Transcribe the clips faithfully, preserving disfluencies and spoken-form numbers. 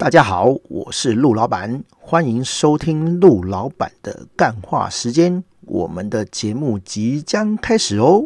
大家好，我是陆老板，欢迎收听陆老板的干话时间。我们的节目即将开始哦。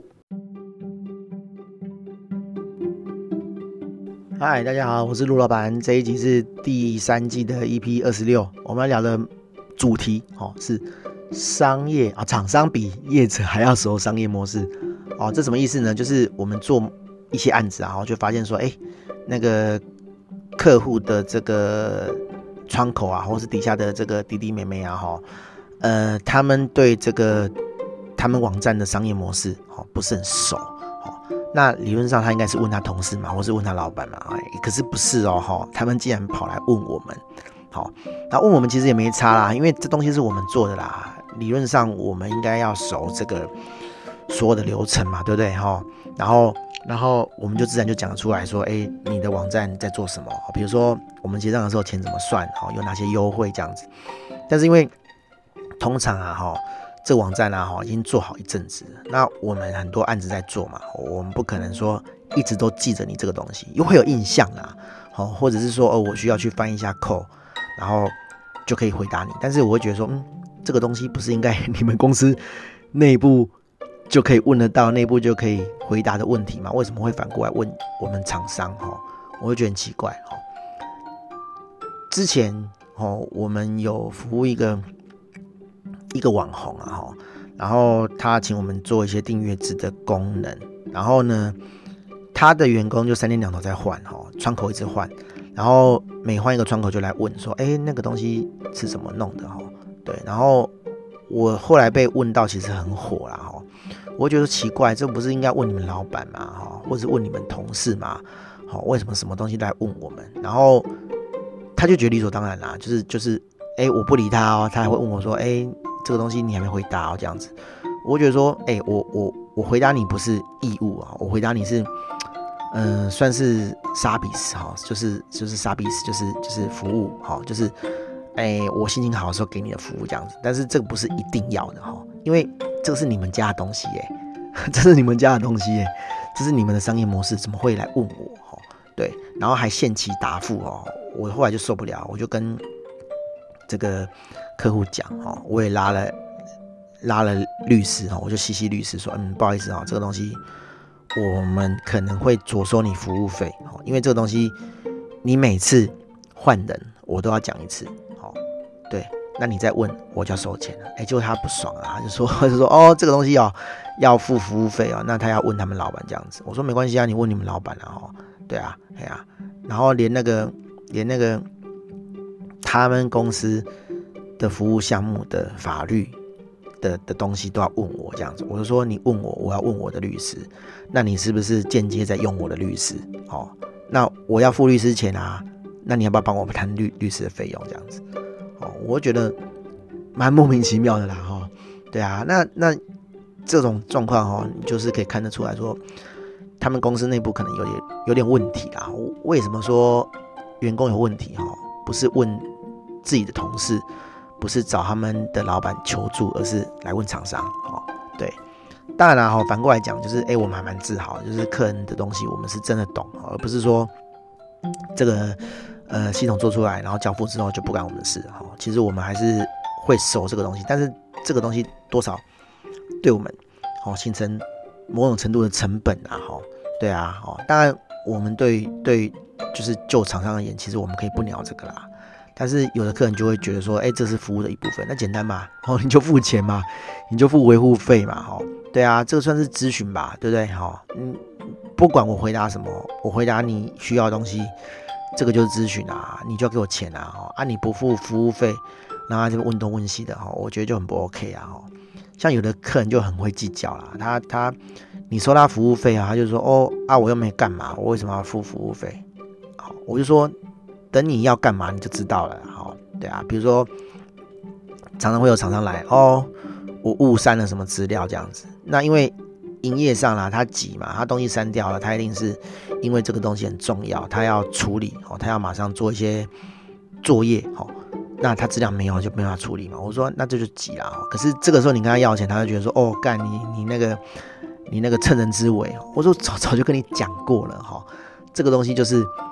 嗨，大家好，我是陆老板。这一集是第三季的 E P 二十六，我们要聊的主题、哦、是商业啊，厂商比业者还要熟商业模式。哦，这什么意思呢？就是我们做一些案子啊，就发现说，哎，那个客户的这个窗口啊，或是底下的这个弟弟妹妹啊，哈，呃，他们对这个他们网站的商业模式，哈，不是很熟，哈。那理论上他应该是问他同事嘛，或是问他老板嘛，哎，可是不是哦，哈，他们竟然跑来问我们，好，那问我们其实也没差啦，因为这东西是我们做的啦，理论上我们应该要熟这个所有的流程嘛，对不对，哈？然后。然后我们就自然就讲得出来说，哎，你的网站在做什么？比如说我们结账的时候钱怎么算，有哪些优惠这样子。但是因为通常啊，这个网站啊已经做好一阵子了，那我们很多案子在做嘛，我们不可能说一直都记着你这个东西，又会有印象啦，或者是说哦，我需要去翻一下扣，然后就可以回答你。但是我会觉得说，嗯，这个东西不是应该你们公司内部就可以问得到，内部就可以回答的问题嘛？为什么会反过来问我们厂商？我会觉得很奇怪。之前我们有服务一个一个网红啊，然后他请我们做一些订阅制的功能，然后呢，他的员工就三天两头在换，窗口一直换，然后每换一个窗口就来问说，哎，那个东西是怎么弄的？对，然后我后来被问到，其实很火啦，我会觉得奇怪，这不是应该问你们老板吗？或者是问你们同事吗？为什么什么东西都来问我们？然后他就觉得理所当然啦，就是就是，哎，我不理他哦，他还会问我说，哎，这个东西你还没回答哦，这样子，我会觉得说，哎，我我我回答你不是义务啊，我回答你是，嗯、呃，算是 service 哈，就是就是 service， 就是就是服务哈，就是。哎，我心情好的时候给你的服务这样子，但是这个不是一定要的哈，因为这个是你们家的东西耶，这是你们家的东西耶，这是你们的商业模式，怎么会来问我哈？对，然后还限期答复哦，我后来就受不了，我就跟这个客户讲哈，我也拉了拉了律师哈，我就西西律师说，嗯，不好意思哈，这个东西我们可能会酌收你服务费，因为这个东西你每次换人我都要讲一次。对，那你再问我就要收钱了，哎，结果他不爽啊，他就说，他就说，哦，这个东西哦要付服务费哦，那他要问他们老板这样子。我说没关系啊，你问你们老板啊，哦，对啊，哎呀、啊，然后连那个连那个他们公司的服务项目的法律的的东西都要问我这样子。我就说你问我，我要问我的律师，那你是不是间接在用我的律师？哦，那我要付律师钱啊，那你要不要帮我谈律律师的费用这样子？我觉得蛮莫名其妙的啦，哈，对啊，那那这种状况哈，你就是可以看得出来说，他们公司内部可能有点有点问题啦。为什么说员工有问题哈？不是问自己的同事，不是找他们的老板求助，而是来问厂商，哈，对。当然啦，哈，反过来讲，就是哎、欸，我们还蛮自豪，就是客人的东西我们是真的懂，而不是说这个。呃，系统做出来，然后交付之后就不干我们的事哈。其实我们还是会熟这个东西，但是这个东西多少对我们哦形成某种程度的成本啊哈。对啊，哦，当然我们对对就是就厂商而言，其实我们可以不鸟这个啦。但是有的客人就会觉得说，哎，这是服务的一部分，那简单嘛，哦，你就付钱嘛，你就付维护费嘛，哈。对啊，这个算是咨询吧，对不对？哈，嗯，不管我回答什么，我回答你需要的东西。这个就是咨询啊，你就要给我钱啊！啊，你不付服务费，然后他就问东问西的哈，我觉得就很不 OK 啊！像有的客人就很会计较啦，他他你收他服务费啊，他就说哦啊，我又没干嘛，我为什么要付服务费？好，我就说等你要干嘛你就知道了，好，对啊，比如说常常会有厂商来哦，我误删了什么资料这样子，那因为。营业上啦，他急嘛，他东西删掉了，他一定是因为这个东西很重要，他要处理，他要马上做一些作业，那他质量没有就没办法处理嘛。我说那这就急啦，可是这个时候你跟他要钱，他就觉得说哦干你你那个你那个趁人之危。我说早早就跟你讲过了哈，这个东西就是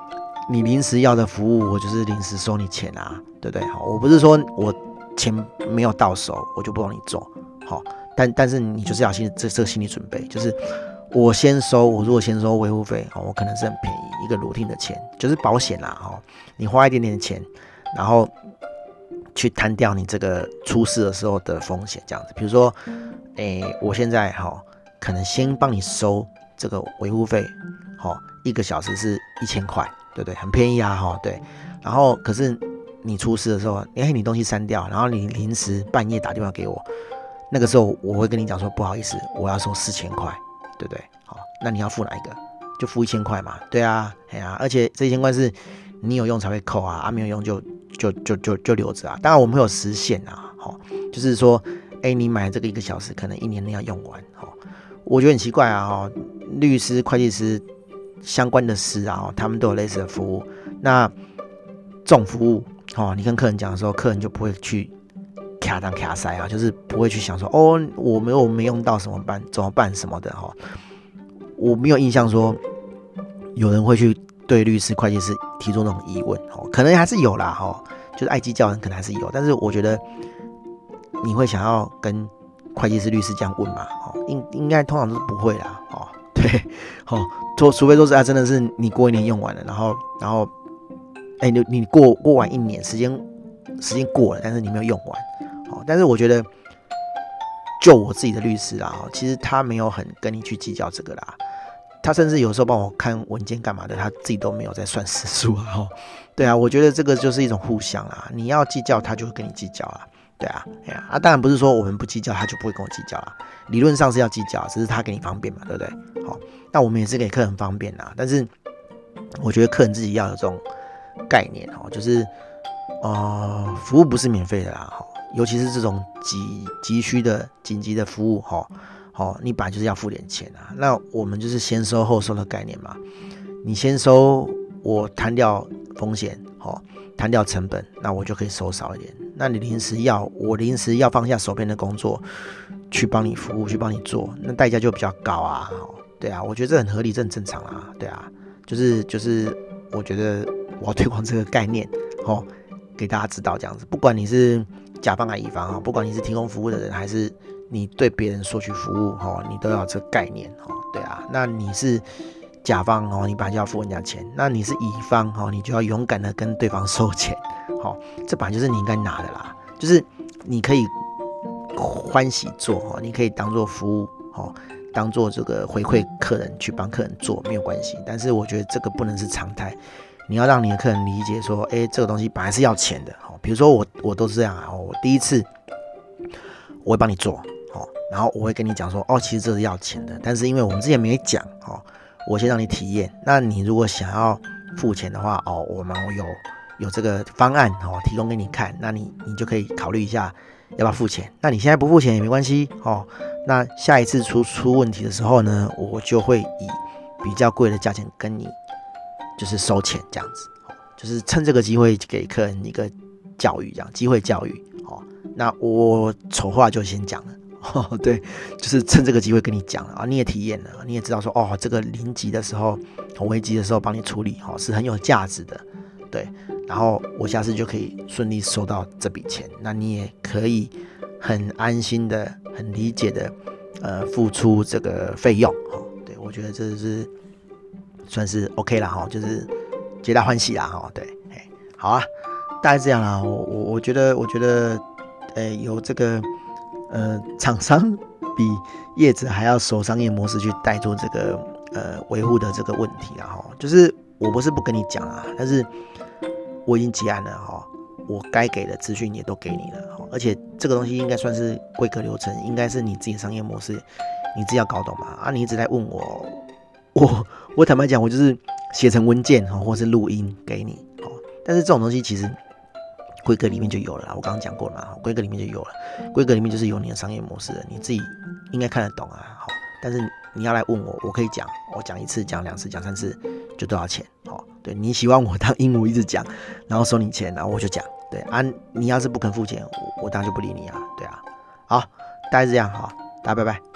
你临时要的服务，我就是临时收你钱啊，对不对？好，我不是说我钱没有到手，我就不帮你做，好，但但是你就是要心这这个心理准备，就是我先收，我如果先收维护费，我可能是很便宜一个 routine 的钱，就是保险啦，哈，你花一点点钱，然后去摊掉你这个出事的时候的风险，这样子。比如说，诶，我现在哈，可能先帮你收这个维护费，哈，一个小时是一千块。对不对？很便宜啊，哈，对。然后可是你出事的时候，哎，你东西删掉，然后你临时半夜打电话给我，那个时候我会跟你讲说，不好意思，我要收四千块，对不对？好，那你要付哪一个？就付一千块嘛，对啊，哎呀、啊，而且这一千块是你有用才会扣啊，啊没有用就就就就就留着啊。当然我们会有时限啊，好，就是说，哎，你买这个一个小时，可能一年内要用完，好，我觉得很奇怪啊，哈，律师、会计师。相关的师啊，他们都有类似的服务。那这种服务，哦，你跟客人讲的时候，客人就不会去卡当卡塞啊，就是不会去想说，哦，我没有没用到什么办怎么办什么的哈、哦。我没有印象说有人会去对律师、会计师提出那种疑问，哦，可能还是有啦，哈、哦，就是爱计较人可能还是有，但是我觉得你会想要跟会计师、律师这样问嘛？哦，应应该通常都是不会啦，哦，对，哦。除除非说是啊，真的是你过一年用完了，然后然后，哎、欸，你你过过完一年，时间时间过了，但是你没有用完，哦，但是我觉得，就我自己的律师啦，其实他没有很跟你去计较这个啦，他甚至有时候帮我看文件干嘛的，他自己都没有在算时数啊，哦，对啊，我觉得这个就是一种互相啦，你要计较，他就会跟你计较啦。对啊，哎呀，啊，当然不是说我们不计较，他就不会跟我计较啦。理论上是要计较，只是他给你方便嘛，对不对？好，那我们也是给客人方便啦。但是我觉得客人自己要有这种概念哦，就是呃，服务不是免费的啦，尤其是这种急急需的紧急的服务哈，好，你本来就是要付点钱啊。那我们就是先收后收的概念嘛，你先收，我摊掉风险，好，摊掉成本，那我就可以收少一点。那你临时要，我临时要放下手边的工作，去帮你服务，去帮你做，那代价就比较高啊。对啊，我觉得这很合理，这很正常啊。对啊，就是就是，我觉得我要推广这个概念，哦，给大家知道这样子。不管你是甲方还是乙方，不管你是提供服务的人，还是你对别人索取服务，你都要有这个概念。对啊，那你是甲方哦，你本来就要付人家钱；那你是乙方哦，你就要勇敢的跟对方收钱。好，这本来就是你应该拿的啦，就是你可以欢喜做哦，你可以当做服务哦，当做这个回馈客人去帮客人做没有关系。但是我觉得这个不能是常态，你要让你的客人理解说，哎，这个东西本来是要钱的哦。比如说我我都是这样啊，我第一次我会帮你做哦，然后我会跟你讲说，哦，其实这是要钱的，但是因为我们之前没讲哦。我先让你体验，那你如果想要付钱的话，哦，我们有有这个方案哦，提供给你看，那你你就可以考虑一下要不要付钱。那你现在不付钱也没关系哦，那下一次出出问题的时候呢，我就会以比较贵的价钱跟你就是收钱这样子，就是趁这个机会给客人一个教育，这样机会教育哦。那我丑话就先讲了。哦，对，就是趁这个机会跟你讲了啊，你也体验了，你也知道说，哦，这个临急的时候、危急的时候帮你处理，哦，是很有价值的，对。然后我下次就可以顺利收到这笔钱，那你也可以很安心的、很理解的，呃，付出这个费用，哦，对，我觉得这是算是 OK 啦，哈，就是皆大欢喜啦，哈，对，好啊，大概这样啦，我我我觉得，我觉得，呃，有这个。呃，厂商比业者还要守商业模式去带出这个呃维护的这个问题啦哈，就是我不是不跟你讲啊，但是我已经结案了哈，我该给的资讯也都给你了，而且这个东西应该算是规格流程，应该是你自己的商业模式，你自己要搞懂嘛啊，你一直在问我，我我坦白讲，我就是写成文件哈，或是录音给你，但是这种东西其实。规格里面就有了啦，我刚刚讲过了嘛，规格里面就有了，规格里面就是有你的商业模式的，你自己应该看得懂啊，好，但是你要来问我，我可以讲，我讲一次、讲两次、讲三次就多少钱，好，对你喜欢我当鹦鹉一直讲，然后收你钱，然后我就讲，对啊，你要是不肯付钱，我我当然就不理你啊，对啊，好，大概是这样，好，大家拜拜。